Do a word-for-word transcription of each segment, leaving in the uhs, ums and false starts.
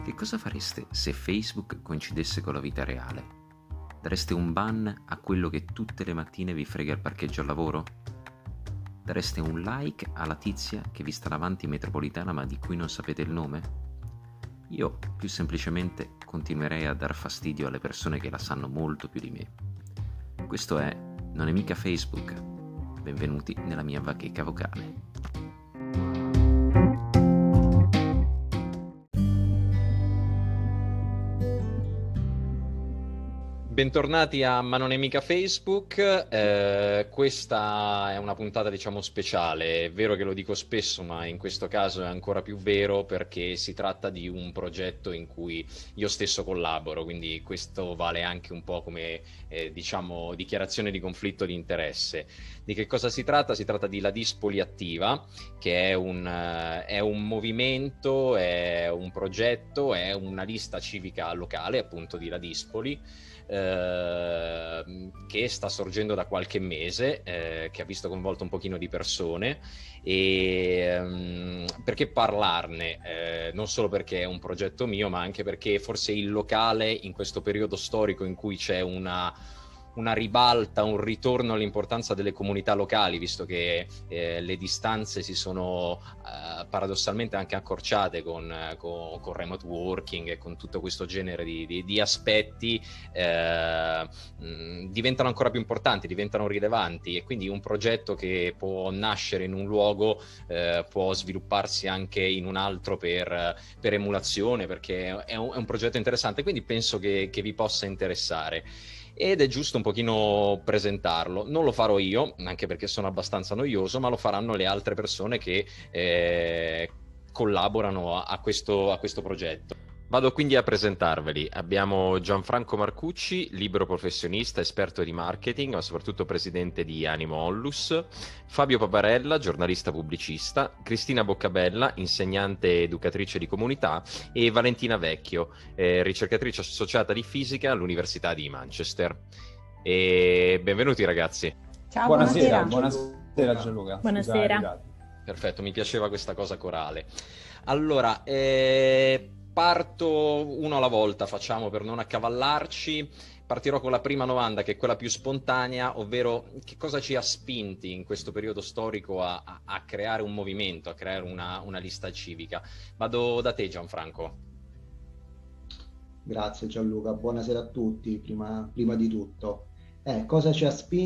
Che cosa fareste se Facebook coincidesse con la vita reale? Dareste un ban a quello che tutte le mattine vi frega il parcheggio al lavoro? Dareste un like alla tizia che vi sta davanti in metropolitana ma di cui non sapete il nome? Io più semplicemente continuerei a dar fastidio alle persone che la sanno molto più di me. Questo è Non è mica Facebook. Benvenuti nella mia bacheca vocale. Bentornati a Ma non è mica Facebook, eh, questa è una puntata diciamo speciale, è vero che lo dico spesso ma in questo caso è ancora più vero perché si tratta di un progetto in cui io stesso collaboro, quindi questo vale anche un po' come eh, diciamo dichiarazione di conflitto di interesse. Di che cosa si tratta? Si tratta di La Dispoli Attiva, che è un, uh, è un movimento, è un progetto, è una lista civica locale appunto di La Dispoli, Eh, che sta sorgendo da qualche mese, eh, che ha visto coinvolto un pochino di persone. E um, perché parlarne? Eh, non solo perché è un progetto mio, ma anche perché forse il locale in questo periodo storico in cui c'è una una ribalta, un ritorno all'importanza delle comunità locali, visto che eh, le distanze si sono eh, paradossalmente anche accorciate con, con, con remote working e con tutto questo genere di, di, di aspetti, eh, mh, diventano ancora più importanti, diventano rilevanti, e quindi un progetto che può nascere in un luogo eh, può svilupparsi anche in un altro per, per emulazione, perché è un, è un progetto interessante, quindi penso che, che vi possa interessare. Ed è giusto un pochino presentarlo. Non lo farò io, anche perché sono abbastanza noioso, ma lo faranno le altre persone che eh, collaborano a, a, questo, a questo progetto. Vado quindi a presentarveli. Abbiamo Gianfranco Marcucci, libero professionista, esperto di marketing, ma soprattutto presidente di Animo Onlus, Fabio Paparella, giornalista pubblicista, Cristina Boccabella, insegnante educatrice di comunità, e Valentina Vecchio, eh, ricercatrice associata di fisica all'Università di Manchester. E benvenuti ragazzi. Ciao, buonasera. Buonasera, buonasera Gianluca. Buonasera. Perfetto, mi piaceva questa cosa corale. Allora, eh... parto uno alla volta, facciamo, per non accavallarci. Partirò con la prima domanda, che è quella più spontanea, ovvero che cosa ci ha spinti in questo periodo storico a, a, a creare un movimento, a creare una, una lista civica. Vado da te, Gianfranco. Grazie Gianluca, buonasera a tutti. Prima, prima di tutto, eh, cosa ci ha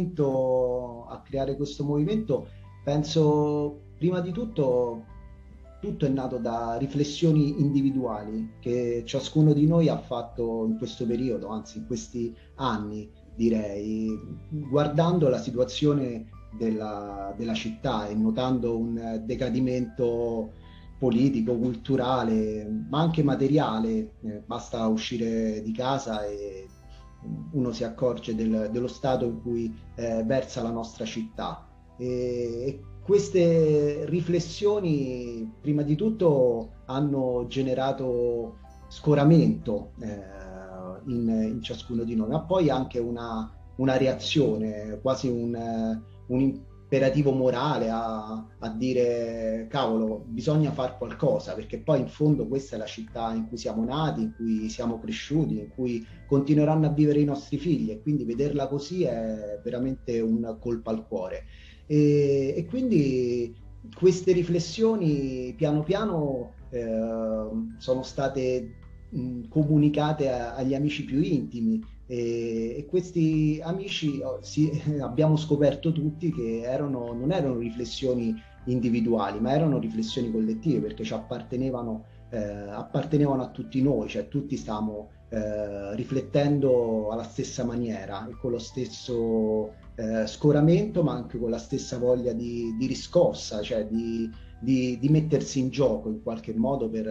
spinto a creare questo movimento? Penso, prima di tutto, tutto è nato da riflessioni individuali che ciascuno di noi ha fatto in questo periodo, anzi in questi anni direi, guardando la situazione della, della città e notando un decadimento politico, culturale, ma anche materiale. Eh, basta uscire di casa e uno si accorge del, dello stato in cui eh, versa la nostra città. E, Queste riflessioni, prima di tutto, hanno generato scoramento eh, in, in ciascuno di noi, ma poi anche una, una reazione, quasi un, un imperativo morale a, a dire cavolo, bisogna fare qualcosa, perché poi in fondo questa è la città in cui siamo nati, in cui siamo cresciuti, in cui continueranno a vivere i nostri figli, e quindi vederla così è veramente un colpo al cuore. E, e quindi queste riflessioni piano piano eh, sono state mh, comunicate a, agli amici più intimi, e, e questi amici oh, sì, abbiamo scoperto tutti che erano, non erano riflessioni individuali, ma erano riflessioni collettive, perché ci appartenevano, eh, appartenevano a tutti noi, cioè tutti stavamo eh, riflettendo alla stessa maniera e con lo stesso Eh, scoramento, ma anche con la stessa voglia di, di riscossa, cioè di, di, di mettersi in gioco in qualche modo per,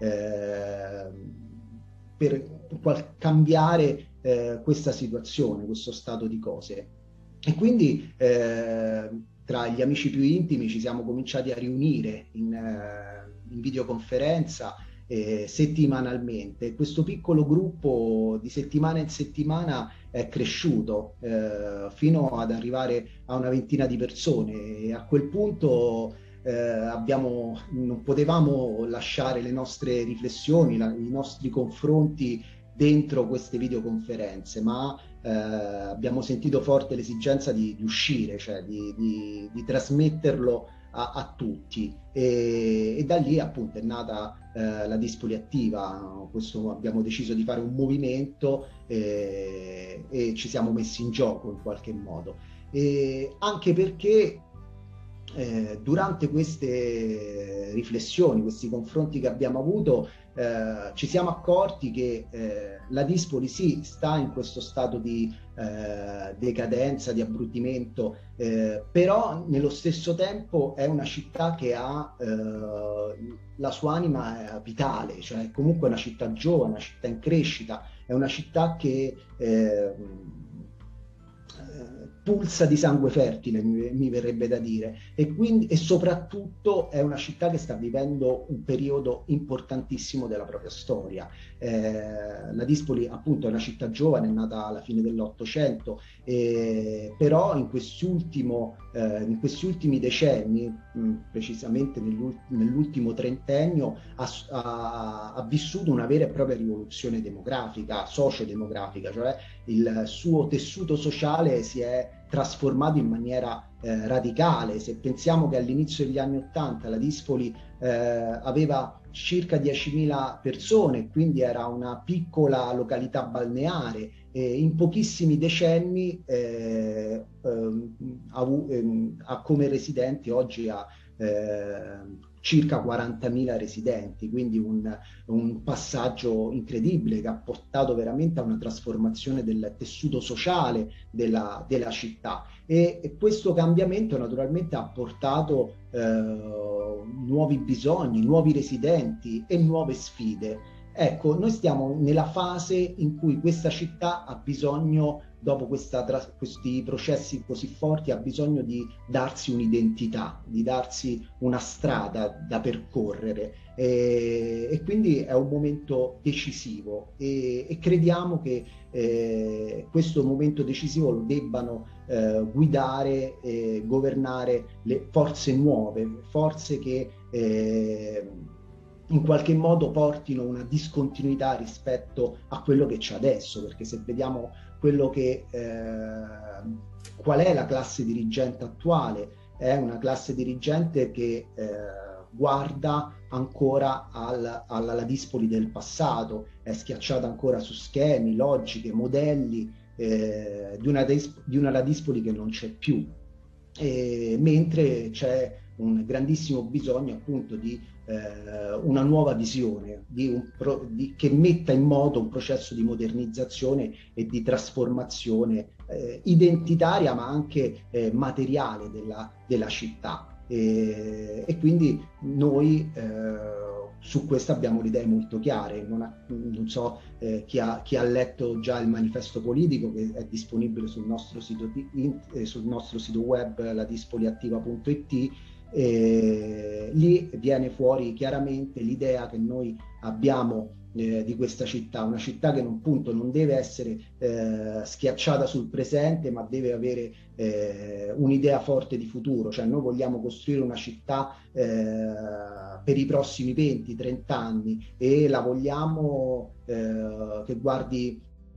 eh, per qual- cambiare eh, questa situazione, questo stato di cose. E quindi eh, tra gli amici più intimi ci siamo cominciati a riunire in, eh, in videoconferenza eh, settimanalmente. Questo piccolo gruppo di settimana in settimana è cresciuto eh, fino ad arrivare a una ventina di persone, e a quel punto eh, abbiamo, non potevamo lasciare le nostre riflessioni, la, i nostri confronti dentro queste videoconferenze, ma eh, abbiamo sentito forte l'esigenza di, di uscire, cioè di, di, di trasmetterlo a, a tutti, e, e da lì appunto è nata eh, la Dispoli Attiva. Questo, abbiamo deciso di fare un movimento eh, e ci siamo messi in gioco in qualche modo, e anche perché eh, durante queste riflessioni, questi confronti che abbiamo avuto, eh, ci siamo accorti che eh, la Dispoli sì, sta in questo stato di eh, decadenza, di abbruttimento, eh, però nello stesso tempo è una città che ha eh, la sua anima vitale, cioè comunque è una città giovane, una città in crescita, è una città che eh, pulsa di sangue fertile, mi, mi verrebbe da dire, e quindi e soprattutto è una città che sta vivendo un periodo importantissimo della propria storia. Eh, la Dispoli appunto è una città giovane, è nata alla fine dell'Ottocento, eh, però in questi, ultimo, eh, in questi ultimi decenni, mh, precisamente nell'ultimo trentennio, ha, ha, ha vissuto una vera e propria rivoluzione demografica, sociodemografica, cioè il suo tessuto sociale si è trasformato in maniera eh, radicale. Se pensiamo che all'inizio degli anni Ottanta la Dispoli eh, aveva circa diecimila persone, quindi era una piccola località balneare, e in pochissimi decenni eh, ehm, ha, ehm, ha come residenti oggi ha eh, circa quarantamila residenti, quindi un, un passaggio incredibile che ha portato veramente a una trasformazione del tessuto sociale della, della città, e, e questo cambiamento naturalmente ha portato eh, nuovi bisogni, nuovi residenti e nuove sfide. Ecco, noi stiamo nella fase in cui questa città ha bisogno, dopo questa, tra, questi processi così forti, ha bisogno di darsi un'identità, di darsi una strada da percorrere, e, e quindi è un momento decisivo, e, e crediamo che eh, questo momento decisivo lo debbano eh, guidare e governare le forze nuove, forze che eh, in qualche modo portino una discontinuità rispetto a quello che c'è adesso, perché se vediamo quello che eh, qual è la classe dirigente attuale, è una classe dirigente che eh, guarda ancora al, alla Dispoli del passato, è schiacciata ancora su schemi, logiche, modelli eh, di, una di una Dispoli che non c'è più, e, mentre c'è un grandissimo bisogno appunto di eh, una nuova visione di un pro, di, che metta in moto un processo di modernizzazione e di trasformazione eh, identitaria, ma anche eh, materiale della, della città, e, e quindi noi eh, su questo abbiamo le idee molto chiare. Non, ha, non so eh, chi, ha, chi ha letto già il manifesto politico, che è disponibile sul nostro sito, in, eh, sul nostro sito web, la dispoli attiva punto it. E lì viene fuori chiaramente l'idea che noi abbiamo eh, di questa città, una città che non, appunto, non deve essere eh, schiacciata sul presente, ma deve avere eh, un'idea forte di futuro. Cioè noi vogliamo costruire una città eh, per i prossimi venti trenta anni, e la vogliamo eh, che guardi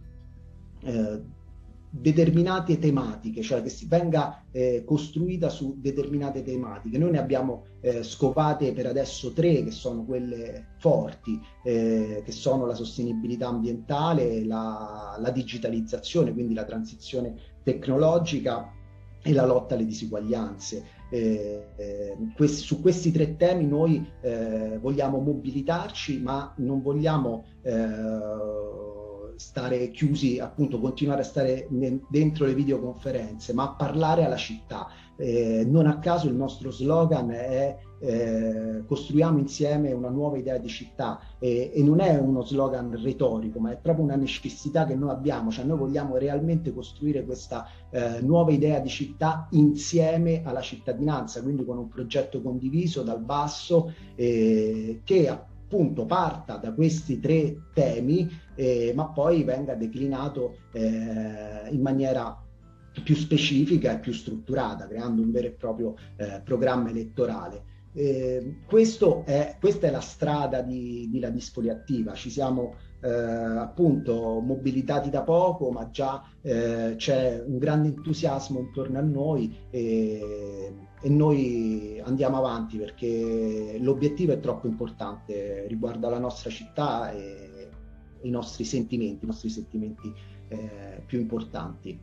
eh, determinate tematiche, cioè che si venga eh, costruita su determinate tematiche. Noi ne abbiamo eh, scopate per adesso tre, che sono quelle forti, eh, che sono la sostenibilità ambientale, la, la digitalizzazione, quindi la transizione tecnologica, e la lotta alle disuguaglianze. Eh, eh, questi, su questi tre temi noi eh, vogliamo mobilitarci, ma non vogliamo eh, stare chiusi, appunto continuare a stare ne, dentro le videoconferenze, ma a parlare alla città. Eh, non a caso il nostro slogan è eh, costruiamo insieme una nuova idea di città, e, e non è uno slogan retorico, ma è proprio una necessità che noi abbiamo. Cioè noi vogliamo realmente costruire questa eh, nuova idea di città insieme alla cittadinanza, quindi con un progetto condiviso dal basso, eh, che appunto parta da questi tre temi, eh, ma poi venga declinato eh, in maniera più specifica e più strutturata, creando un vero e proprio eh, programma elettorale. Eh, questo è, questa è la strada di, di La Dispoli Attiva. Ci siamo eh, appunto mobilitati da poco, ma già eh, c'è un grande entusiasmo intorno a noi e, e noi andiamo avanti perché l'obiettivo è troppo importante, riguarda la nostra città e i nostri sentimenti, i nostri sentimenti eh, più importanti.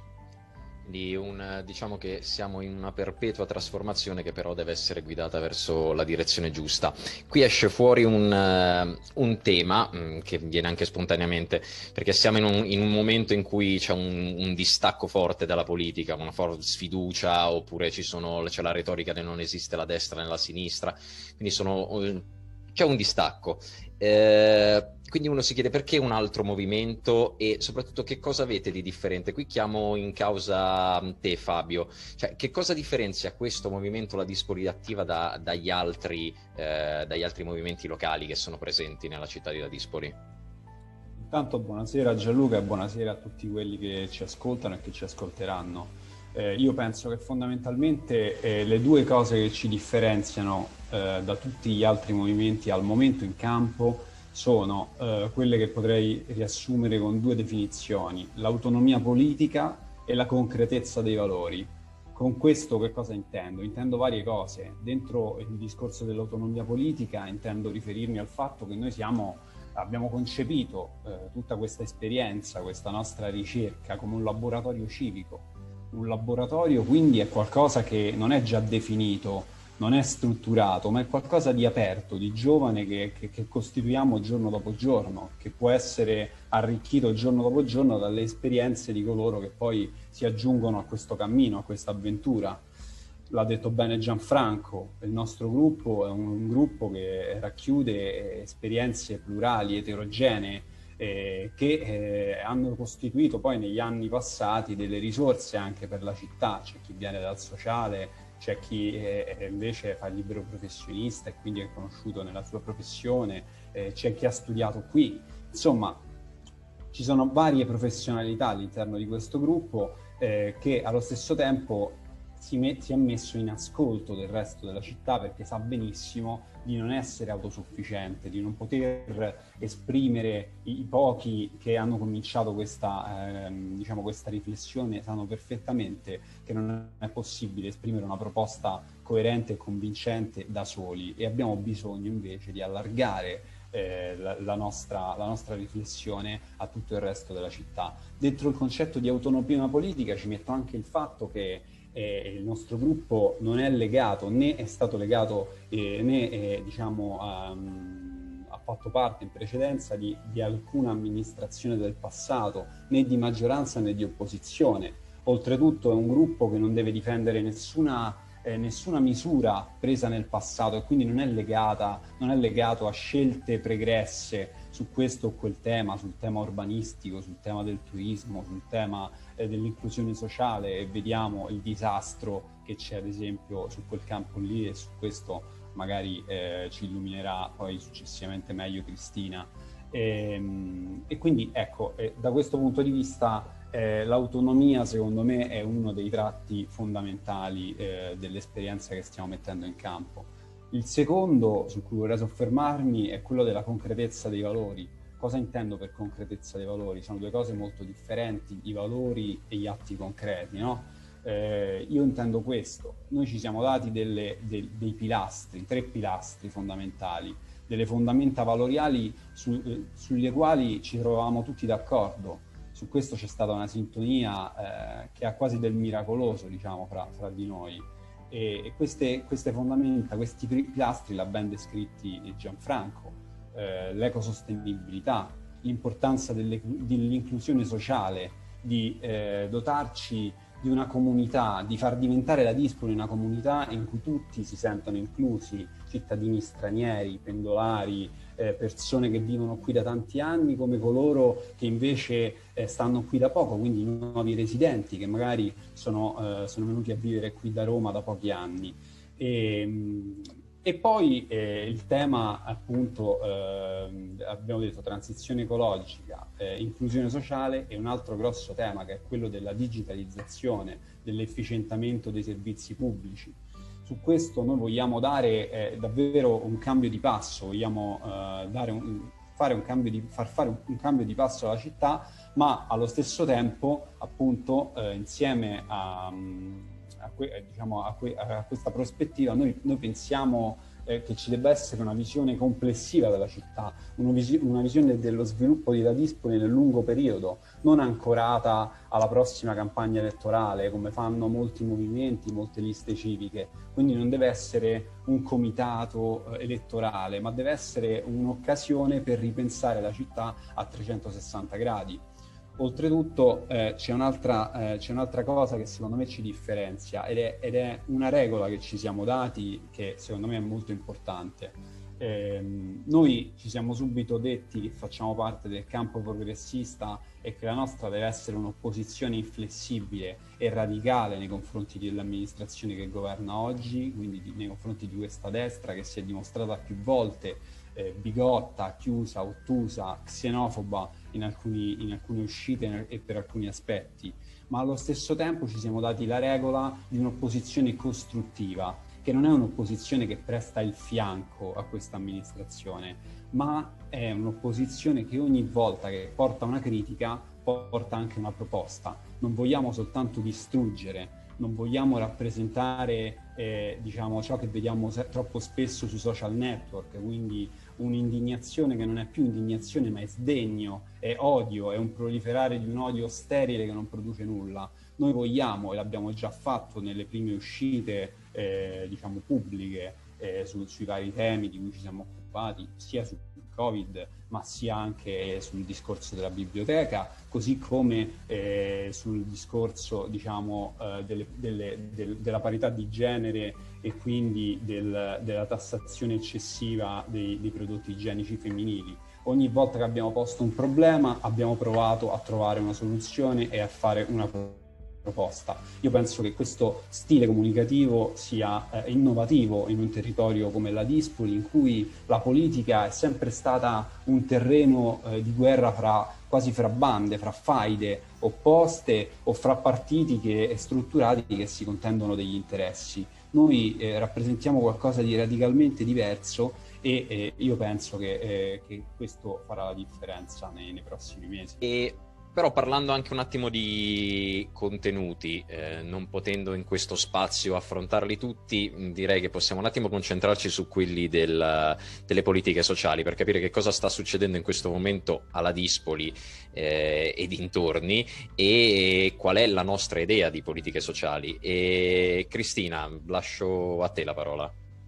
Di un, diciamo che siamo in una perpetua trasformazione che però deve essere guidata verso la direzione giusta. Qui esce fuori un, uh, un tema mh, che viene anche spontaneamente, perché siamo in un, in un momento in cui c'è un, un distacco forte dalla politica, una forte sfiducia, oppure ci sono, c'è la retorica del non esiste la destra né la sinistra, quindi sono, uh, c'è un distacco. Eh, quindi uno si chiede perché un altro movimento e soprattutto che cosa avete di differente. Qui chiamo in causa te, Fabio, cioè che cosa differenzia questo movimento, La Dispoli Attiva, da, dagli, altri, eh, dagli altri movimenti locali che sono presenti nella città di La Dispoli? Intanto buonasera Gianluca e buonasera a tutti quelli che ci ascoltano e che ci ascolteranno. Eh, io penso che fondamentalmente eh, le due cose che ci differenziano eh, da tutti gli altri movimenti al momento in campo sono eh, quelle che potrei riassumere con due definizioni: l'autonomia politica e la concretezza dei valori. Con questo che cosa intendo? Intendo varie cose. Dentro il discorso dell'autonomia politica intendo riferirmi al fatto che noi siamo, abbiamo concepito eh, tutta questa esperienza, questa nostra ricerca come un laboratorio civico. Un laboratorio quindi è qualcosa che non è già definito, non è strutturato, ma è qualcosa di aperto, di giovane che, che, che costituiamo giorno dopo giorno, che può essere arricchito giorno dopo giorno dalle esperienze di coloro che poi si aggiungono a questo cammino, a questa avventura. L'ha detto bene Gianfranco, il nostro gruppo è un, un gruppo che racchiude esperienze plurali, eterogenee, Eh, che eh, hanno costituito poi negli anni passati delle risorse anche per la città. C'è chi viene dal sociale, c'è chi eh, invece fa il libero professionista e quindi è conosciuto nella sua professione, eh, c'è chi ha studiato qui. Insomma, ci sono varie professionalità all'interno di questo gruppo eh, che allo stesso tempo si, met- si è messo in ascolto del resto della città, perché sa benissimo di non essere autosufficiente, di non poter esprimere. I, i pochi che hanno cominciato questa, ehm, diciamo questa riflessione sanno perfettamente che non è possibile esprimere una proposta coerente e convincente da soli, e abbiamo bisogno invece di allargare eh, la, la, nostra, la nostra riflessione a tutto il resto della città. Dentro il concetto di autonomia politica ci metto anche il fatto che Eh, il nostro gruppo non è legato, né è stato legato, eh, né eh, diciamo, um, ha fatto parte in precedenza di, di alcuna amministrazione del passato, né di maggioranza né di opposizione. Oltretutto è un gruppo che non deve difendere nessuna, eh, nessuna misura presa nel passato, e quindi non è legata, non è legato a scelte pregresse su questo o quel tema, sul tema urbanistico, sul tema del turismo, sul tema eh, dell'inclusione sociale, e vediamo il disastro che c'è ad esempio su quel campo lì, e su questo magari eh, ci illuminerà poi successivamente meglio Cristina. E, e quindi ecco, eh, da questo punto di vista eh, l'autonomia secondo me è uno dei tratti fondamentali eh, dell'esperienza che stiamo mettendo in campo. Il secondo, su cui vorrei soffermarmi, è quello della concretezza dei valori. Cosa intendo per concretezza dei valori? Sono due cose molto differenti, i valori e gli atti concreti, no? Eh, io intendo questo: noi ci siamo dati delle, de, dei pilastri, tre pilastri fondamentali, delle fondamenta valoriali su, eh, sulle quali ci trovavamo tutti d'accordo. Su questo c'è stata una sintonia eh, che ha quasi del miracoloso, diciamo, fra, fra di noi. E queste, queste fondamenta, questi pilastri, l'ha ben descritti Gianfranco: eh, l'ecosostenibilità, l'importanza delle, dell'inclusione sociale, di eh, dotarci di una comunità, di far diventare la Dispoli una comunità in cui tutti si sentono inclusi, cittadini stranieri, pendolari, eh, persone che vivono qui da tanti anni, come coloro che invece eh, stanno qui da poco, quindi nuovi residenti che magari sono, eh, sono venuti a vivere qui da Roma da pochi anni. E, e poi eh, il tema, appunto, eh, abbiamo detto transizione ecologica, eh, inclusione sociale, e un altro grosso tema che è quello della digitalizzazione, dell'efficientamento dei servizi pubblici. Su questo noi vogliamo dare eh, davvero un cambio di passo, vogliamo eh, dare un, fare un cambio di, far fare un, un cambio di passo alla città, ma allo stesso tempo, appunto, eh, insieme a, a, que, diciamo, a, que, a questa prospettiva, noi, noi pensiamo eh, che ci debba essere una visione complessiva della città, una, visi- una visione dello sviluppo di Ladispoli nel lungo periodo, non ancorata alla prossima campagna elettorale, come fanno molti movimenti, molte liste civiche. Quindi non deve essere un comitato eh, elettorale, ma deve essere un'occasione per ripensare la città a trecentosessanta gradi. Oltretutto eh, c'è, un'altra, eh, c'è un'altra cosa che secondo me ci differenzia ed è, ed è una regola che ci siamo dati che secondo me è molto importante. Eh, noi ci siamo subito detti che facciamo parte del campo progressista e che la nostra deve essere un'opposizione inflessibile e radicale nei confronti dell'amministrazione che governa oggi, quindi di, nei confronti di questa destra che si è dimostrata più volte eh, bigotta, chiusa, ottusa, xenofoba in, alcuni, in alcune uscite e per alcuni aspetti, ma allo stesso tempo ci siamo dati la regola di un'opposizione costruttiva, che non è un'opposizione che presta il fianco a questa amministrazione, ma è un'opposizione che ogni volta che porta una critica porta anche una proposta. Non vogliamo soltanto distruggere, non vogliamo rappresentare eh, diciamo, ciò che vediamo se- troppo spesso sui social network, quindi un'indignazione che non è più indignazione ma è sdegno, è odio, è un proliferare di un odio sterile che non produce nulla. Noi vogliamo, e l'abbiamo già fatto nelle prime uscite eh, diciamo pubbliche eh, su, sui vari temi di cui ci siamo occupati, sia sul Covid ma sia anche sul discorso della biblioteca, così come eh, sul discorso diciamo eh, delle, delle, del, della parità di genere e quindi del, della tassazione eccessiva dei, dei prodotti igienici femminili. Ogni volta che abbiamo posto un problema abbiamo provato a trovare una soluzione e a fare una proposta. Io penso che questo stile comunicativo sia eh, innovativo in un territorio come Ladispoli, in cui la politica è sempre stata un terreno eh, di guerra fra, quasi fra bande, fra faide opposte o fra partiti che, strutturati che si contendono degli interessi. Noi eh, rappresentiamo qualcosa di radicalmente diverso e eh, io penso che, eh, che questo farà la differenza nei, nei prossimi mesi. E però parlando anche un attimo di contenuti, eh, non potendo in questo spazio affrontarli tutti, direi che possiamo un attimo concentrarci su quelli del, delle politiche sociali, per capire che cosa sta succedendo in questo momento a Ladispoli eh, e dintorni e qual è la nostra idea di politiche sociali. E Cristina, lascio a te la parola.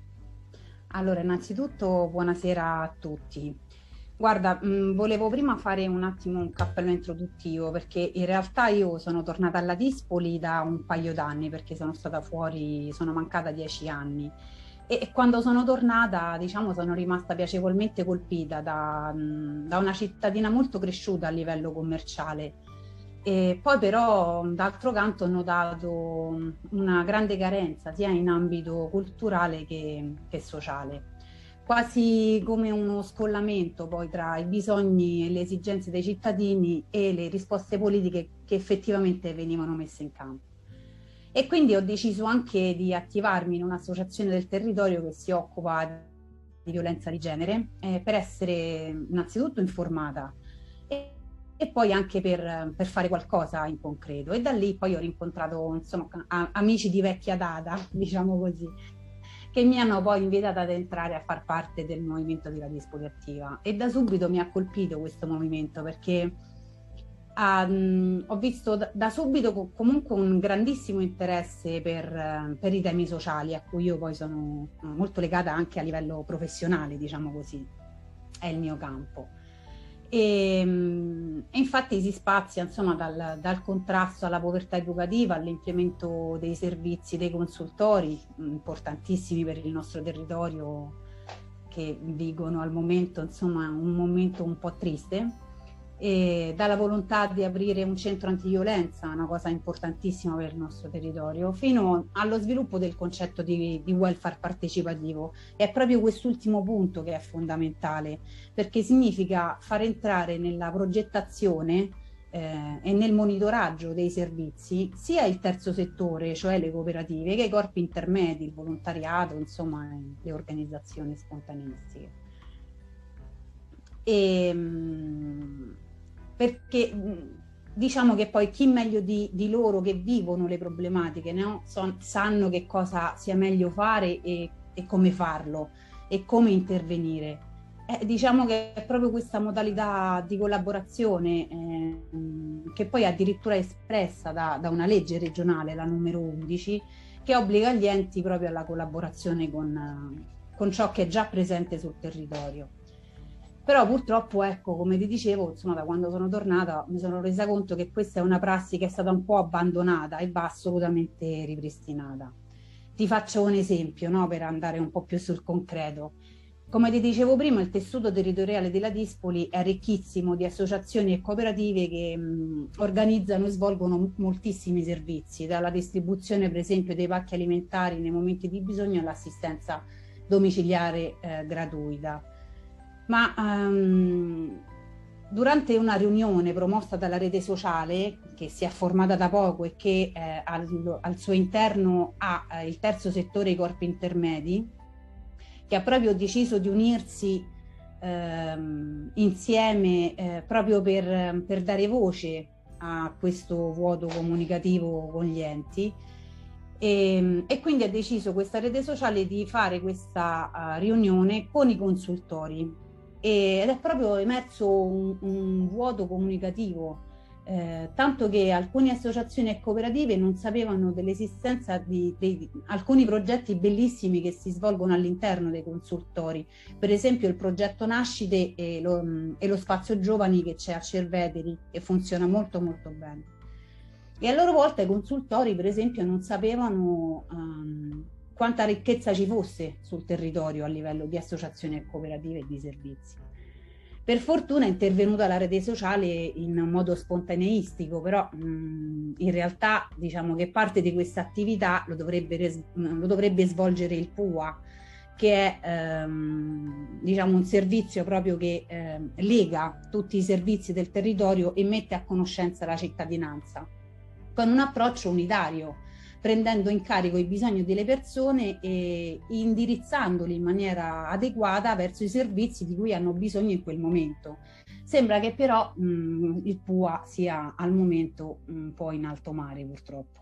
Allora, innanzitutto buonasera a tutti. Guarda, mh, volevo prima fare un attimo un cappello introduttivo, perché in realtà io sono tornata a Ladispoli da un paio d'anni, perché sono stata fuori, sono mancata dieci anni e, e quando sono tornata, diciamo, sono rimasta piacevolmente colpita da, mh, da una cittadina molto cresciuta a livello commerciale. E poi però d'altro canto ho notato una grande carenza sia in ambito culturale che, che sociale. Quasi come uno scollamento poi tra i bisogni e le esigenze dei cittadini e le risposte politiche che effettivamente venivano messe in campo. E quindi ho deciso anche di attivarmi in un'associazione del territorio che si occupa di violenza di genere eh, per essere innanzitutto informata e, e poi anche per, per fare qualcosa in concreto. E da lì poi ho rincontrato insomma a, amici di vecchia data, diciamo così, che mi hanno poi invitata ad entrare a far parte del movimento di Ladispoli Attiva. E da subito mi ha colpito questo movimento, perché um, ho visto da, da subito co- comunque un grandissimo interesse per, uh, per i temi sociali, a cui io poi sono uh, molto legata anche a livello professionale, diciamo così, è il mio campo. E, e infatti si spazia insomma dal, dal contrasto alla povertà educativa all'implemento dei servizi dei consultori importantissimi per il nostro territorio, che vivono al momento insomma un momento un po' triste, e dalla volontà di aprire un centro antiviolenza, una cosa importantissima per il nostro territorio, fino allo sviluppo del concetto di, di welfare partecipativo. E è proprio quest'ultimo punto che è fondamentale, perché significa far entrare nella progettazione eh, e nel monitoraggio dei servizi sia il terzo settore, cioè le cooperative, che i corpi intermedi, il volontariato, insomma le organizzazioni spontaneistiche. E, perché diciamo che poi chi meglio di, di loro che vivono le problematiche, no? Son, sanno che cosa sia meglio fare e, e come farlo e come intervenire. Eh, diciamo che è proprio questa modalità di collaborazione eh, che poi è addirittura espressa da, da una legge regionale, la numero undici, che obbliga gli enti proprio alla collaborazione con, con ciò che è già presente sul territorio. Però purtroppo, ecco, come ti dicevo, insomma, da quando sono tornata mi sono resa conto che questa è una prassi che è stata un po' abbandonata e va assolutamente ripristinata. Ti faccio un esempio, no, per andare un po' più sul concreto. Come ti dicevo prima, il tessuto territoriale della Dispoli è ricchissimo di associazioni e cooperative che mh, organizzano e svolgono moltissimi servizi, dalla distribuzione per esempio dei pacchi alimentari nei momenti di bisogno all'assistenza domiciliare eh, gratuita. Ma um, durante una riunione promossa dalla rete sociale, che si è formata da poco e che eh, al, al suo interno ha eh, il terzo settore e i corpi intermedi, che ha proprio deciso di unirsi ehm, insieme eh, proprio per, per dare voce a questo vuoto comunicativo con gli enti, e, e quindi ha deciso questa rete sociale di fare questa uh, riunione con i consultori. Ed è proprio emerso un, un vuoto comunicativo, eh, tanto che alcune associazioni e cooperative non sapevano dell'esistenza di, di, di alcuni progetti bellissimi che si svolgono all'interno dei consultori, per esempio il progetto Nascite e lo, e lo Spazio Giovani che c'è a Cerveteri, che funziona molto molto bene. E a loro volta i consultori, per esempio, non sapevano um, quanta ricchezza ci fosse sul territorio a livello di associazioni e cooperative e di servizi. Per fortuna è intervenuta la rete sociale in modo spontaneistico, però mh, in realtà diciamo che parte di questa attività lo dovrebbe, lo dovrebbe svolgere il P U A, che è ehm, diciamo un servizio proprio che eh, lega tutti i servizi del territorio e mette a conoscenza la cittadinanza, con un approccio unitario, prendendo in carico i bisogni delle persone e indirizzandoli in maniera adeguata verso i servizi di cui hanno bisogno in quel momento. Sembra che però mh, il P U A sia al momento un po' in alto mare, purtroppo.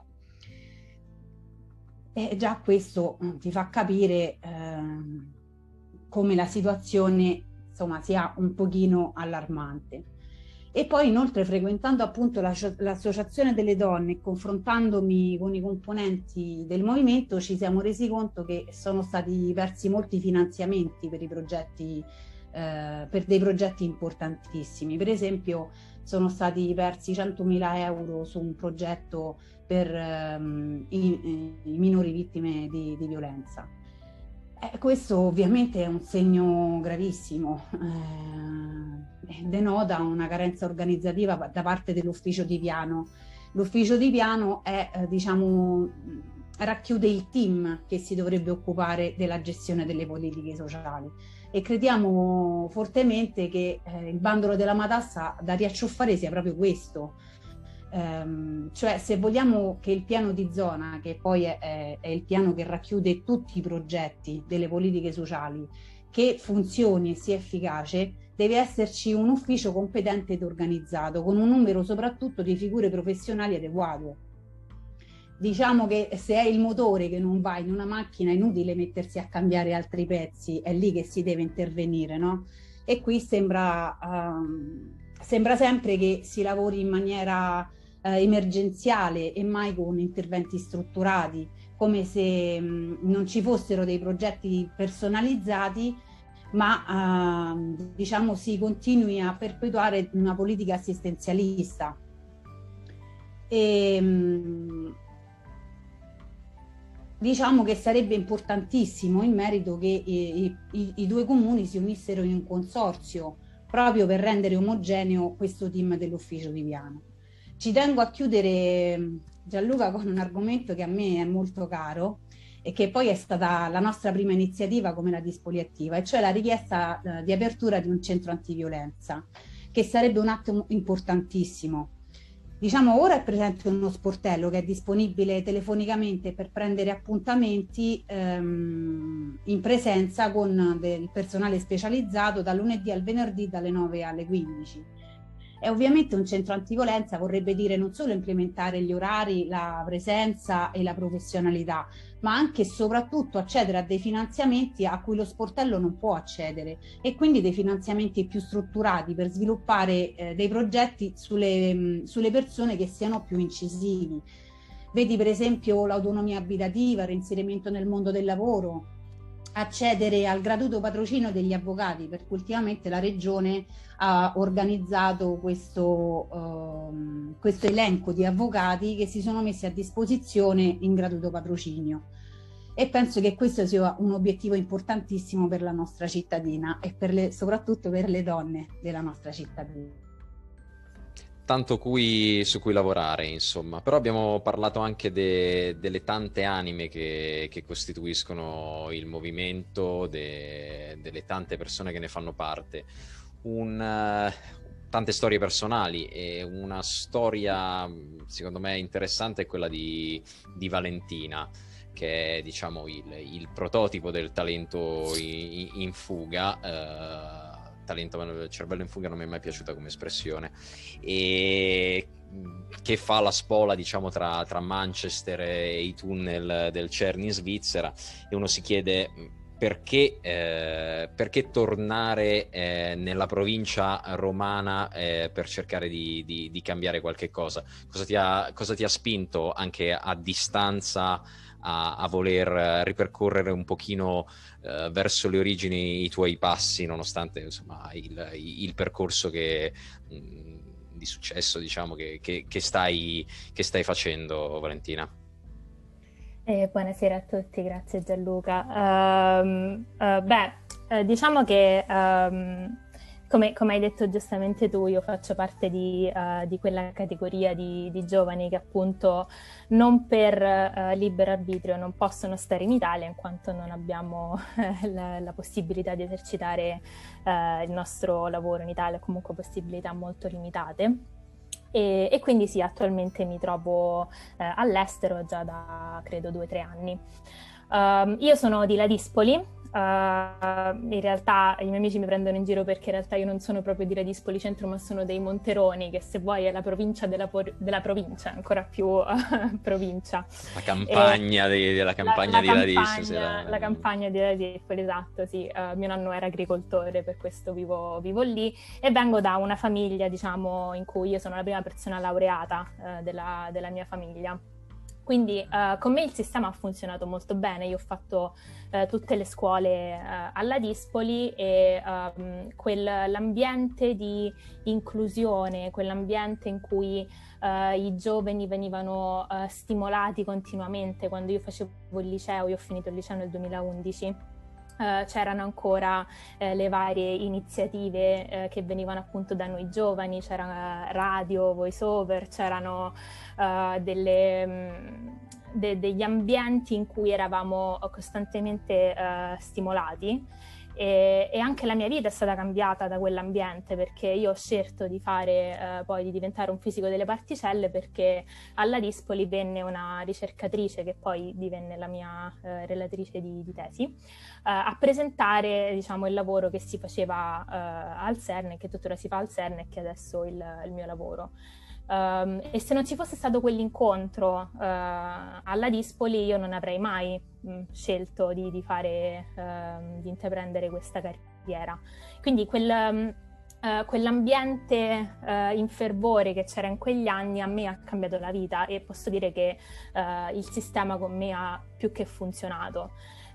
E già questo mh, ti fa capire eh, come la situazione, insomma, sia un pochino allarmante. E poi inoltre, frequentando appunto l'associazione delle donne e confrontandomi con i componenti del movimento, ci siamo resi conto che sono stati persi molti finanziamenti per i progetti, eh, per dei progetti importantissimi. Per esempio sono stati persi centomila euro su un progetto per ehm, i, i minori vittime di, di violenza. Eh, questo ovviamente è un segno gravissimo, eh, denota una carenza organizzativa da parte dell'ufficio di piano. L'ufficio di piano è, eh, diciamo, racchiude il team che si dovrebbe occupare della gestione delle politiche sociali e crediamo fortemente che eh, il bandolo della matassa da riacciuffare sia proprio questo. Um, cioè, se vogliamo che il piano di zona, che poi è, è, è il piano che racchiude tutti i progetti delle politiche sociali, che funzioni e sia efficace, deve esserci un ufficio competente ed organizzato, con un numero soprattutto di figure professionali adeguato. Diciamo che se è il motore che non va in una macchina è inutile mettersi a cambiare altri pezzi, è lì che si deve intervenire, no? E qui sembra, um, sembra sempre che si lavori in maniera Eh, emergenziale e mai con interventi strutturati, come se mh, non ci fossero dei progetti personalizzati, ma eh, diciamo si continui a perpetuare una politica assistenzialista. E, mh, diciamo che sarebbe importantissimo in merito che i, i, i due comuni si unissero in un consorzio proprio per rendere omogeneo questo team dell'ufficio di piano. Ci tengo a chiudere, Gianluca, con un argomento che a me è molto caro e che poi è stata la nostra prima iniziativa come la Dispoli Attiva, e cioè la richiesta eh, di apertura di un centro antiviolenza, che sarebbe un atto importantissimo. Diciamo, ora è presente uno sportello che è disponibile telefonicamente per prendere appuntamenti ehm, in presenza con del personale specializzato dal lunedì al venerdì dalle nove alle quindici. E ovviamente un centro antiviolenza vorrebbe dire non solo implementare gli orari, la presenza e la professionalità, ma anche e soprattutto accedere a dei finanziamenti a cui lo sportello non può accedere, e quindi dei finanziamenti più strutturati per sviluppare eh, dei progetti sulle, mh, sulle persone che siano più incisivi. Vedi per esempio l'autonomia abitativa, il reinserimento nel mondo del lavoro, accedere al gratuito patrocinio degli avvocati, perché ultimamente la Regione ha organizzato questo, um, questo elenco di avvocati che si sono messi a disposizione in gratuito patrocinio, e penso che questo sia un obiettivo importantissimo per la nostra cittadina e per le, soprattutto per le donne della nostra cittadina. Tanto cui, su cui lavorare, insomma. Però abbiamo parlato anche de, delle tante anime che, che costituiscono il movimento, de, delle tante persone che ne fanno parte. Un, uh, tante storie personali, e una storia, secondo me, interessante è quella di, di Valentina, che è, diciamo, il, il prototipo del talento in, in fuga. Uh, talento cervello in fuga non mi è mai piaciuta come espressione, e che fa la spola, diciamo, tra, tra Manchester e i tunnel del CERN in Svizzera, e uno si chiede perché, eh, perché tornare eh, nella provincia romana eh, per cercare di, di, di cambiare qualche cosa. Cosa ti ha, cosa ti ha spinto anche a distanza A, a voler ripercorrere un pochino uh, verso le origini i tuoi passi, nonostante, insomma, il, il percorso che, mh, di successo, diciamo, che, che, che, stai, che stai facendo, Valentina? Eh, buonasera a tutti, grazie Gianluca. Um, uh, beh, uh, diciamo che um, Come, come hai detto giustamente tu, io faccio parte di, uh, di quella categoria di, di giovani che appunto non per uh, libero arbitrio non possono stare in Italia, in quanto non abbiamo la, la possibilità di esercitare uh, il nostro lavoro in Italia, comunque possibilità molto limitate. E, e quindi sì, attualmente mi trovo uh, all'estero già da credo due o tre anni. Uh, io sono di Ladispoli. Uh, in realtà i miei amici mi prendono in giro perché in realtà io non sono proprio di Ladispoli Centro, ma sono dei Monteroni, che se vuoi è la provincia della, por- della provincia, ancora più uh, provincia. La campagna, e di, della campagna la, la di Ladispoli. La, la campagna di Ladispoli, esatto, sì. Uh, mio nonno era agricoltore, per questo vivo, vivo lì, e vengo da una famiglia, diciamo, in cui io sono la prima persona laureata uh, della, della mia famiglia. Quindi uh, con me il sistema ha funzionato molto bene. Io ho fatto uh, tutte le scuole uh, alla Dispoli, e um, quell'ambiente di inclusione, quell'ambiente in cui uh, i giovani venivano uh, stimolati continuamente. Quando io facevo il liceo, io ho finito il liceo nel duemilaundici, Uh, c'erano ancora uh, le varie iniziative uh, che venivano appunto da noi giovani, c'era radio, voice over, c'erano uh, delle, um, de- degli ambienti in cui eravamo costantemente uh, stimolati, e-, e anche la mia vita è stata cambiata da quell'ambiente, perché io ho scelto di fare uh, poi di diventare un fisico delle particelle, perché alla Dispoli venne una ricercatrice, che poi divenne la mia uh, relatrice di, di tesi, Uh, a presentare, diciamo, il lavoro che si faceva uh, al CERN, e che tuttora si fa al CERN, e che adesso è il, il mio lavoro. Um, e se non ci fosse stato quell'incontro uh, alla Dispoli, io non avrei mai mh, scelto di, di fare, uh, di intraprendere questa carriera. Quindi quel, um, uh, quell'ambiente uh, in fervore che c'era in quegli anni a me ha cambiato la vita, e posso dire che uh, il sistema con me ha più che funzionato.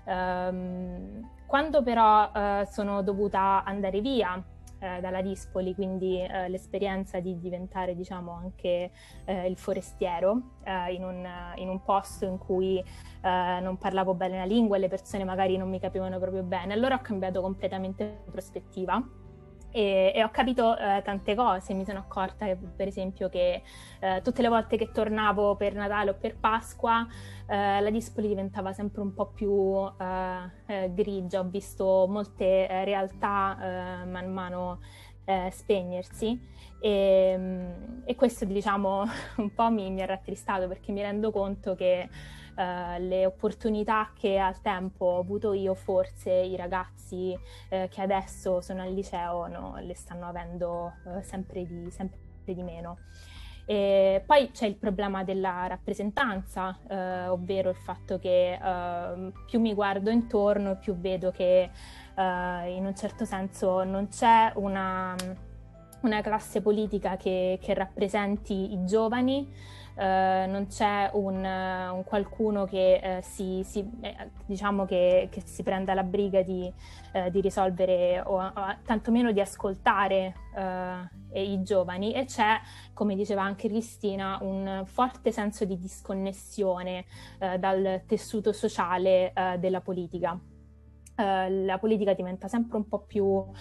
Um, quando però uh, sono dovuta andare via uh, dalla Dispoli, quindi uh, l'esperienza di diventare, diciamo, anche uh, il forestiero uh, in, un, uh, in un posto in cui uh, non parlavo bene la lingua e le persone magari non mi capivano proprio bene, allora ho cambiato completamente prospettiva. E, e ho capito eh, tante cose. Mi sono accorta che, per esempio, che eh, tutte le volte che tornavo per Natale o per Pasqua eh, la Dispoli diventava sempre un po' più eh, eh, grigia. Ho visto molte eh, realtà eh, man mano eh, spegnersi e, e questo diciamo un po' mi, mi ha rattristato, perché mi rendo conto che Uh, le opportunità che al tempo ho avuto io, forse i ragazzi uh, che adesso sono al liceo no, le stanno avendo uh, sempre, di, sempre di meno. E poi c'è il problema della rappresentanza, uh, ovvero il fatto che uh, più mi guardo intorno, più vedo che uh, in un certo senso non c'è una, una classe politica che, che rappresenti i giovani. Uh, non c'è un, uh, un qualcuno che uh, si, si eh, diciamo che, che si prenda la briga di, uh, di risolvere o, o tantomeno di ascoltare uh, i giovani, e c'è, come diceva anche Cristina, un forte senso di disconnessione uh, dal tessuto sociale uh, della politica. Uh, la politica diventa sempre un po' più uh,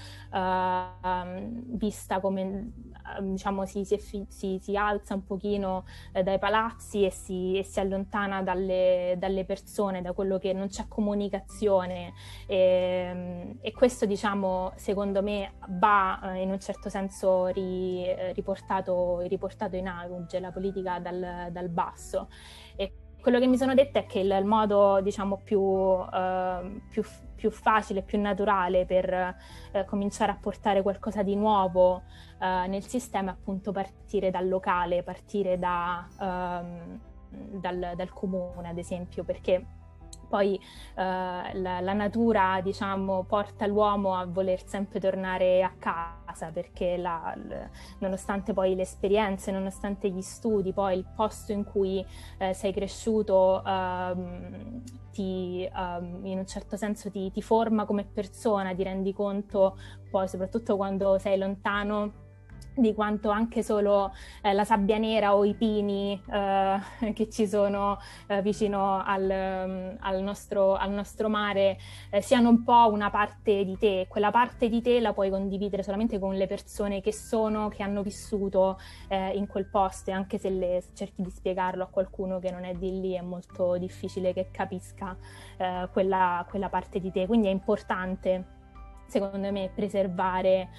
um, vista come, uh, diciamo, si, si, si, si alza un pochino uh, dai palazzi e si, e si allontana dalle, dalle persone, da quello che non c'è comunicazione, e, um, e questo, diciamo, secondo me va uh, in un certo senso ri, riportato, riportato in auge, la politica dal, dal basso. E quello che mi sono detta è che il, il modo, diciamo, più, uh, più, più facile, più naturale per uh, cominciare a portare qualcosa di nuovo uh, nel sistema è appunto partire dal locale, partire da, um, dal, dal comune, ad esempio, perché poi uh, la, la natura, diciamo, porta l'uomo a voler sempre tornare a casa, perché la, l, nonostante poi le esperienze, nonostante gli studi, poi il posto in cui uh, sei cresciuto um, ti, um, in un certo senso ti, ti forma come persona, ti rendi conto poi, soprattutto quando sei lontano, di quanto anche solo eh, la sabbia nera o i pini eh, che ci sono eh, vicino al, um, al, nostro, al nostro mare eh, siano un po' una parte di te. Quella parte di te la puoi condividere solamente con le persone che sono, che hanno vissuto eh, in quel posto, e anche se le cerchi di spiegarlo a qualcuno che non è di lì è molto difficile che capisca eh, quella, quella parte di te. Quindi è importante, secondo me, preservare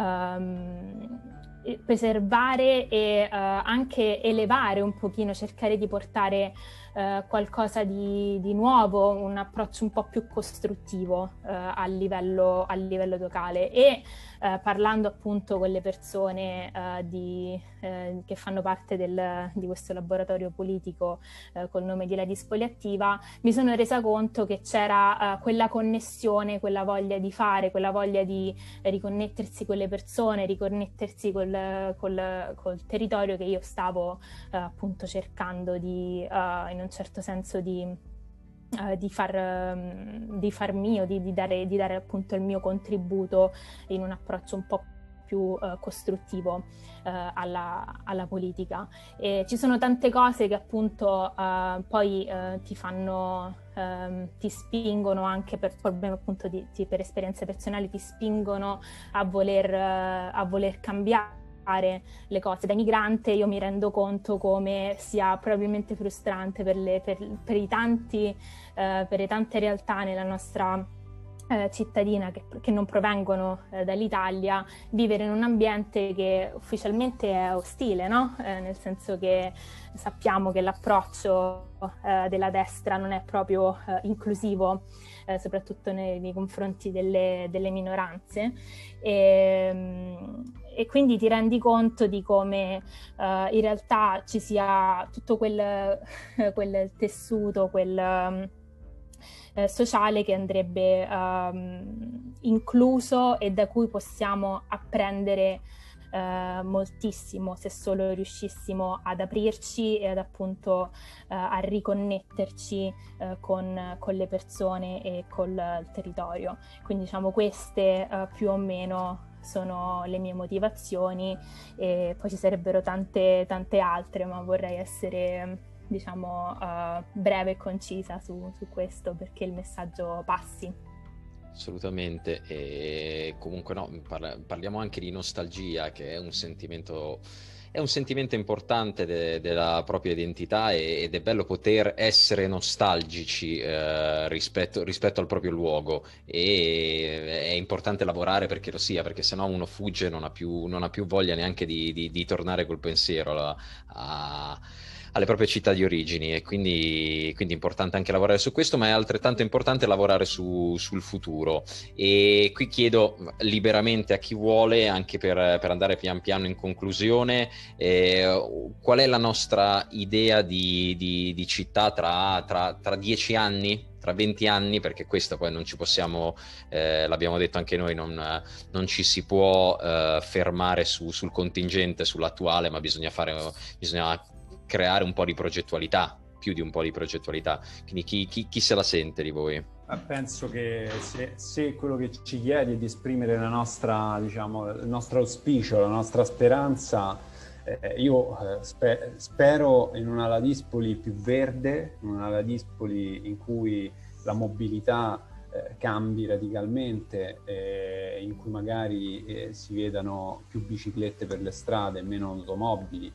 um, preservare e uh, anche elevare un pochino, cercare di portare uh, qualcosa di, di nuovo, un approccio un po' più costruttivo uh, a livello, a livello locale. E uh, parlando appunto con le persone uh, di, uh, che fanno parte del, di questo laboratorio politico uh, col nome di La Dispoli Attiva, mi sono resa conto che c'era uh, quella connessione, quella voglia di fare, quella voglia di riconnettersi con le persone, riconnettersi col Col, col territorio, che io stavo uh, appunto cercando di, uh, in un certo senso di, uh, di, far, um, di far mio, di, di, dare, di dare appunto il mio contributo in un approccio un po' più uh, costruttivo uh, alla, alla politica. E ci sono tante cose che appunto uh, poi uh, ti fanno, uh, ti spingono anche per problemi appunto di, di, per esperienze personali, ti spingono a voler, uh, a voler cambiare le cose. Da migrante io mi rendo conto come sia probabilmente frustrante per, le, per, per i tanti, eh, per le tante realtà nella nostra eh, cittadina che, che non provengono eh, dall'Italia, vivere in un ambiente che ufficialmente è ostile, no? Eh, nel senso che sappiamo che l'approccio eh, della destra non è proprio eh, inclusivo, eh, soprattutto nei, nei confronti delle, delle minoranze. E, e quindi ti rendi conto di come uh, in realtà ci sia tutto quel, quel tessuto, quel um, eh, sociale che andrebbe um, incluso e da cui possiamo apprendere uh, moltissimo, se solo riuscissimo ad aprirci e ad appunto uh, a riconnetterci uh, con, con le persone e col territorio. Quindi diciamo queste uh, più o meno sono le mie motivazioni, e poi ci sarebbero tante tante altre, ma vorrei essere, diciamo, uh, breve e concisa su, su questo, perché il messaggio passi. Assolutamente. E comunque no, parla- parliamo anche di nostalgia, che è un sentimento è un sentimento importante de- della propria identità e- ed è bello poter essere nostalgici eh, rispetto, rispetto al proprio luogo, e è importante lavorare perché lo sia, perché sennò uno fugge, non ha più, non ha più voglia neanche di, di- di tornare col pensiero alla- a- alle proprie città di origini, e quindi, quindi è importante anche lavorare su questo, ma è altrettanto importante lavorare su- sul futuro. E qui chiedo liberamente a chi vuole, anche per, per andare pian piano in conclusione, eh, qual è la nostra idea di, di- di città tra, tra, tra dieci anni? Tra venti anni, perché questo poi non ci possiamo, eh, l'abbiamo detto anche noi, non, non ci si può eh, fermare su- sul contingente, sull'attuale, ma bisogna fare, bisogna creare un po' di progettualità, più di un po' di progettualità. Quindi chi, chi, chi se la sente di voi? Penso che se, se quello che ci chiedi è di esprimere la nostra, diciamo, il nostro auspicio, la nostra speranza, eh, io eh, spe- spero in una Ladispoli più verde, in una Ladispoli in cui la mobilità eh, cambi radicalmente, eh, in cui magari eh, si vedano più biciclette per le strade, meno automobili.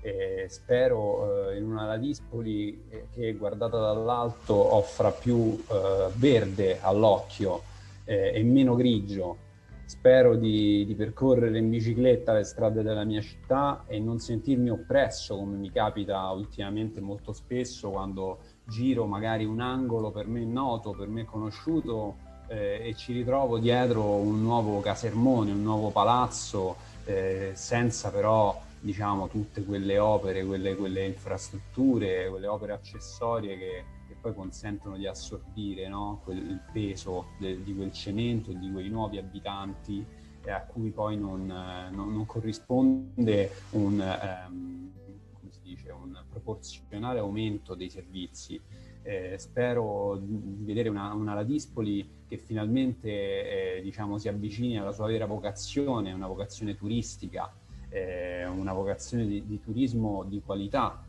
E spero eh, in una Ladispoli eh, che, guardata dall'alto, offra più eh, verde all'occhio eh, e meno grigio. Spero di, di percorrere in bicicletta le strade della mia città e non sentirmi oppresso, come mi capita ultimamente molto spesso quando giro magari un angolo per me noto, per me conosciuto, eh, e ci ritrovo dietro un nuovo casermone, un nuovo palazzo, eh, senza però, diciamo, tutte quelle opere, quelle, quelle infrastrutture, quelle opere accessorie che, che poi consentono di assorbire, no? Quel, il peso de, di quel cemento, di quei nuovi abitanti, eh, a cui poi non, eh, non, non corrisponde un, ehm, come si dice, un proporzionale aumento dei servizi. Eh, spero di vedere una, una Ladispoli che finalmente eh, diciamo, si avvicini alla sua vera vocazione, una vocazione turistica, eh, una vocazione di, di turismo di qualità.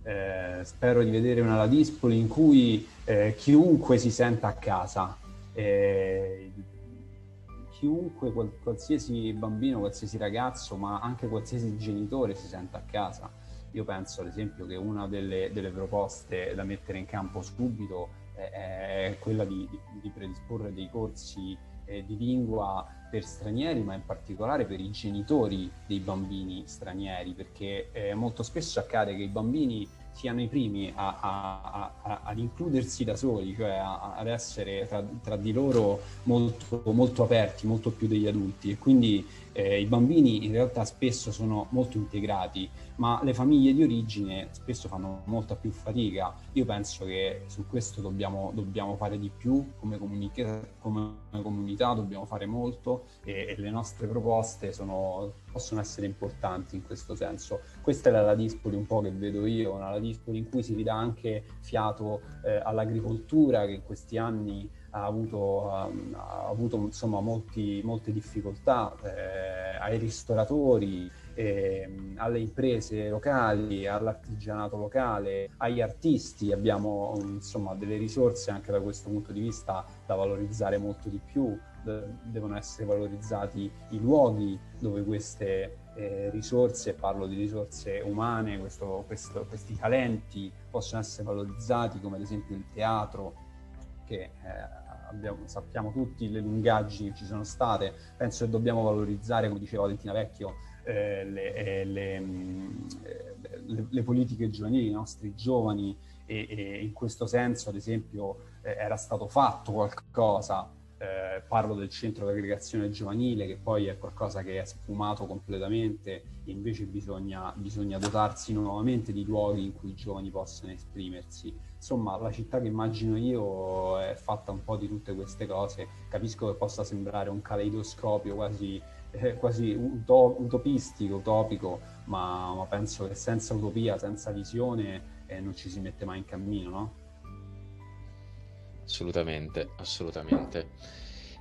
Eh, spero di vedere una Ladispoli in cui eh, chiunque si senta a casa, eh, chiunque, qual, qualsiasi bambino, qualsiasi ragazzo, ma anche qualsiasi genitore si senta a casa. Io penso ad esempio che una delle, delle proposte da mettere in campo subito è, è quella di, di, di predisporre dei corsi eh, di lingua per stranieri, ma in particolare per i genitori dei bambini stranieri, perché eh, molto spesso accade che i bambini siano i primi a, a, a, ad includersi da soli, cioè a, ad essere tra, tra di loro molto, molto aperti, molto più degli adulti, e quindi eh, i bambini in realtà spesso sono molto integrati, ma le famiglie di origine spesso fanno molta più fatica. Io penso che su questo dobbiamo, dobbiamo fare di più come, comunica- come comunità, dobbiamo fare molto, e, e le nostre proposte sono, possono essere importanti in questo senso. Questa è la Ladispoli un po' che vedo io, una Ladispoli in cui si ridà anche fiato eh, all'agricoltura, che in questi anni ha avuto, um, ha avuto insomma molti, molte difficoltà, eh, ai ristoratori, eh, alle imprese locali, all'artigianato locale, agli artisti. Abbiamo insomma delle risorse anche da questo punto di vista da valorizzare molto di più. De- devono essere valorizzati i luoghi dove queste eh, risorse, parlo di risorse umane, questo, questo, questi talenti possono essere valorizzati, come ad esempio il teatro, che eh, abbiamo, sappiamo tutti le lungaggini che ci sono state. Penso che dobbiamo valorizzare, come diceva Valentina Vecchio, eh, le, eh, le, mh, le, le politiche giovanili, i nostri giovani, e, e in questo senso ad esempio eh, era stato fatto qualcosa. Eh, parlo del centro di aggregazione giovanile, che poi è qualcosa che è sfumato completamente, e invece bisogna, bisogna dotarsi nuovamente di luoghi in cui i giovani possano esprimersi. Insomma, la città che immagino io è fatta un po' di tutte queste cose. Capisco che possa sembrare un caleidoscopio quasi, eh, quasi uto- utopistico, utopico, ma, ma penso che senza utopia, senza visione, eh, non ci si mette mai in cammino, no? Assolutamente, assolutamente.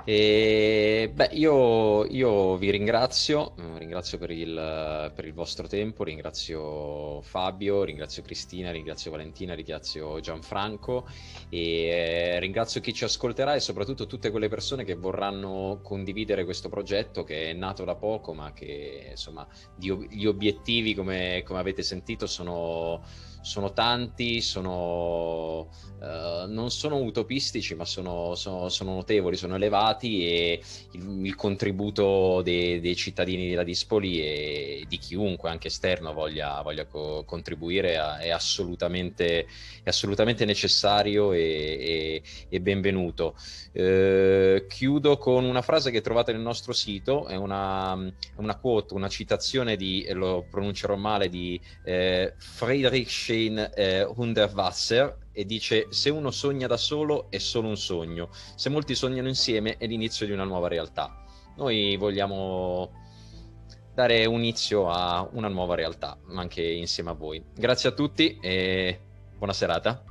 E, beh, io, io vi ringrazio, eh, ringrazio per il, per il vostro tempo, ringrazio Fabio, ringrazio Cristina, ringrazio Valentina, ringrazio Gianfranco e eh, ringrazio chi ci ascolterà e soprattutto tutte quelle persone che vorranno condividere questo progetto che è nato da poco, ma che insomma di, gli obiettivi, come, come avete sentito, sono... sono tanti, sono, uh, non sono utopistici, ma sono, sono, sono notevoli, sono elevati, e il, il contributo dei, dei cittadini di Ladispoli e di chiunque, anche esterno, voglia, voglia co- contribuire a, è, assolutamente, è assolutamente necessario e, e, e benvenuto. Uh, chiudo con una frase che trovate nel nostro sito, è una, una quote, una citazione di, lo pronuncerò male, di eh, Friedrich eh, Hundertwasser, e dice: se uno sogna da solo è solo un sogno, se molti sognano insieme è l'inizio di una nuova realtà. Noi vogliamo dare un inizio a una nuova realtà anche insieme a voi. Grazie a tutti e buona serata.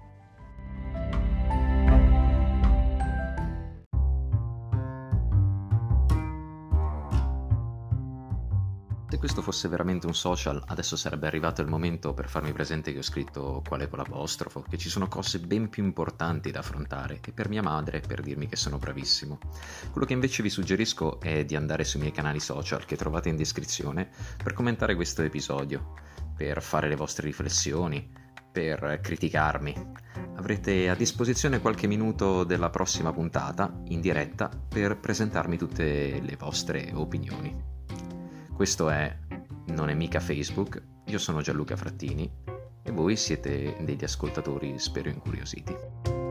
Se questo fosse veramente un social, adesso sarebbe arrivato il momento per farmi presente che ho scritto quale con l'apostrofo, che ci sono cose ben più importanti da affrontare, e per mia madre per dirmi che sono bravissimo. Quello che invece vi suggerisco è di andare sui miei canali social che trovate in descrizione per commentare questo episodio, per fare le vostre riflessioni, per criticarmi. Avrete a disposizione qualche minuto della prossima puntata in diretta per presentarmi tutte le vostre opinioni. Questo è Non è mica Facebook, io sono Gianluca Frattini e voi siete degli ascoltatori, spero incuriositi.